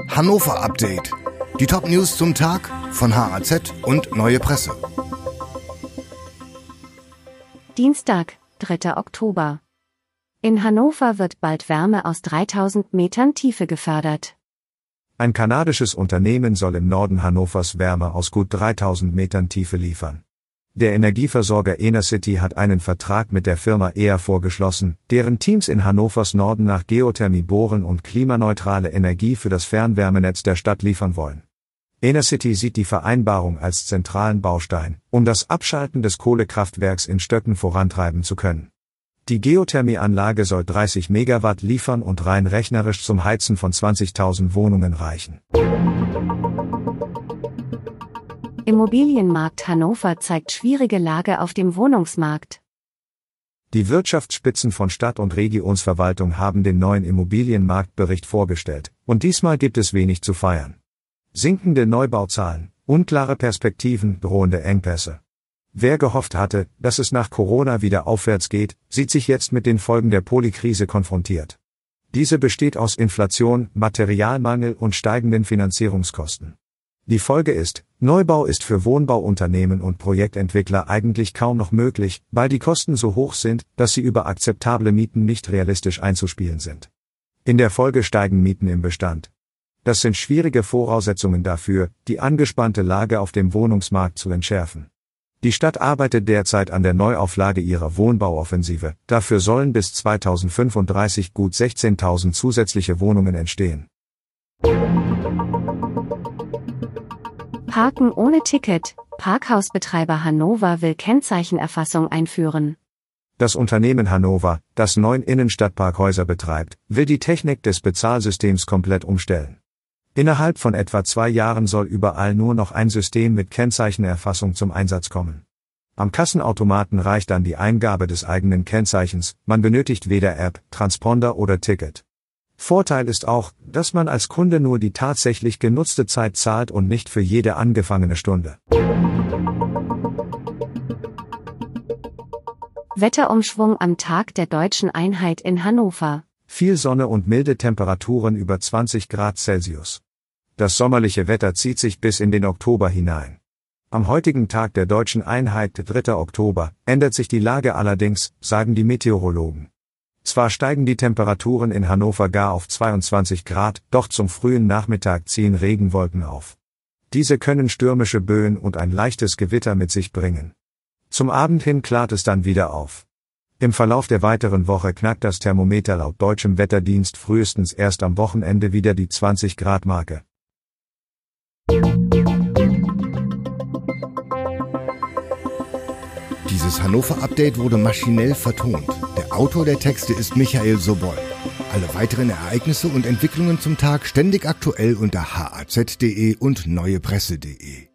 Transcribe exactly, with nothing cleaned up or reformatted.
Hannover Update. Die Top-News zum Tag von H A Z und Neue Presse. Dienstag, dritter Oktober. In Hannover wird bald Wärme aus dreitausend Metern Tiefe gefördert. Ein kanadisches Unternehmen soll im Norden Hannovers Wärme aus gut dreitausend Metern Tiefe liefern. Der Energieversorger Enercity hat einen Vertrag mit der Firma E A vorgeschlossen, deren Teams in Hannovers Norden nach Geothermie bohren und klimaneutrale Energie für das Fernwärmenetz der Stadt liefern wollen. Enercity sieht die Vereinbarung als zentralen Baustein, um das Abschalten des Kohlekraftwerks in Stöcken vorantreiben zu können. Die Geothermieanlage soll dreißig Megawatt liefern und rein rechnerisch zum Heizen von zwanzigtausend Wohnungen reichen. Immobilienmarkt Hannover zeigt schwierige Lage auf dem Wohnungsmarkt. Die Wirtschaftsspitzen von Stadt- und Regionsverwaltung haben den neuen Immobilienmarktbericht vorgestellt, und diesmal gibt es wenig zu feiern. Sinkende Neubauzahlen, unklare Perspektiven, drohende Engpässe. Wer gehofft hatte, dass es nach Corona wieder aufwärts geht, sieht sich jetzt mit den Folgen der Polykrise konfrontiert. Diese besteht aus Inflation, Materialmangel und steigenden Finanzierungskosten. Die Folge ist, Neubau ist für Wohnbauunternehmen und Projektentwickler eigentlich kaum noch möglich, weil die Kosten so hoch sind, dass sie über akzeptable Mieten nicht realistisch einzuspielen sind. In der Folge steigen Mieten im Bestand. Das sind schwierige Voraussetzungen dafür, die angespannte Lage auf dem Wohnungsmarkt zu entschärfen. Die Stadt arbeitet derzeit an der Neuauflage ihrer Wohnbauoffensive, dafür sollen bis zweitausendfünfunddreißig gut sechzehntausend zusätzliche Wohnungen entstehen. Parken ohne Ticket. Parkhausbetreiber Hannover will Kennzeichenerfassung einführen. Das Unternehmen Hannover, das neun Innenstadtparkhäuser betreibt, will die Technik des Bezahlsystems komplett umstellen. Innerhalb von etwa zwei Jahren soll überall nur noch ein System mit Kennzeichenerfassung zum Einsatz kommen. Am Kassenautomaten reicht dann die Eingabe des eigenen Kennzeichens, man benötigt weder App, Transponder oder Ticket. Vorteil ist auch, dass man als Kunde nur die tatsächlich genutzte Zeit zahlt und nicht für jede angefangene Stunde. Wetterumschwung am Tag der Deutschen Einheit in Hannover. Viel Sonne und milde Temperaturen über zwanzig Grad Celsius. Das sommerliche Wetter zieht sich bis in den Oktober hinein. Am heutigen Tag der Deutschen Einheit, dritter Oktober, ändert sich die Lage allerdings, sagen die Meteorologen. Zwar steigen die Temperaturen in Hannover gar auf zweiundzwanzig Grad, doch zum frühen Nachmittag ziehen Regenwolken auf. Diese können stürmische Böen und ein leichtes Gewitter mit sich bringen. Zum Abend hin klart es dann wieder auf. Im Verlauf der weiteren Woche knackt das Thermometer laut deutschem Wetterdienst frühestens erst am Wochenende wieder die zwanzig Grad Marke. Dieses Hannover-Update wurde maschinell vertont. Der Autor der Texte ist Michael Sobol. Alle weiteren Ereignisse und Entwicklungen zum Tag ständig aktuell unter h a z punkt d e und neuepresse punkt d e.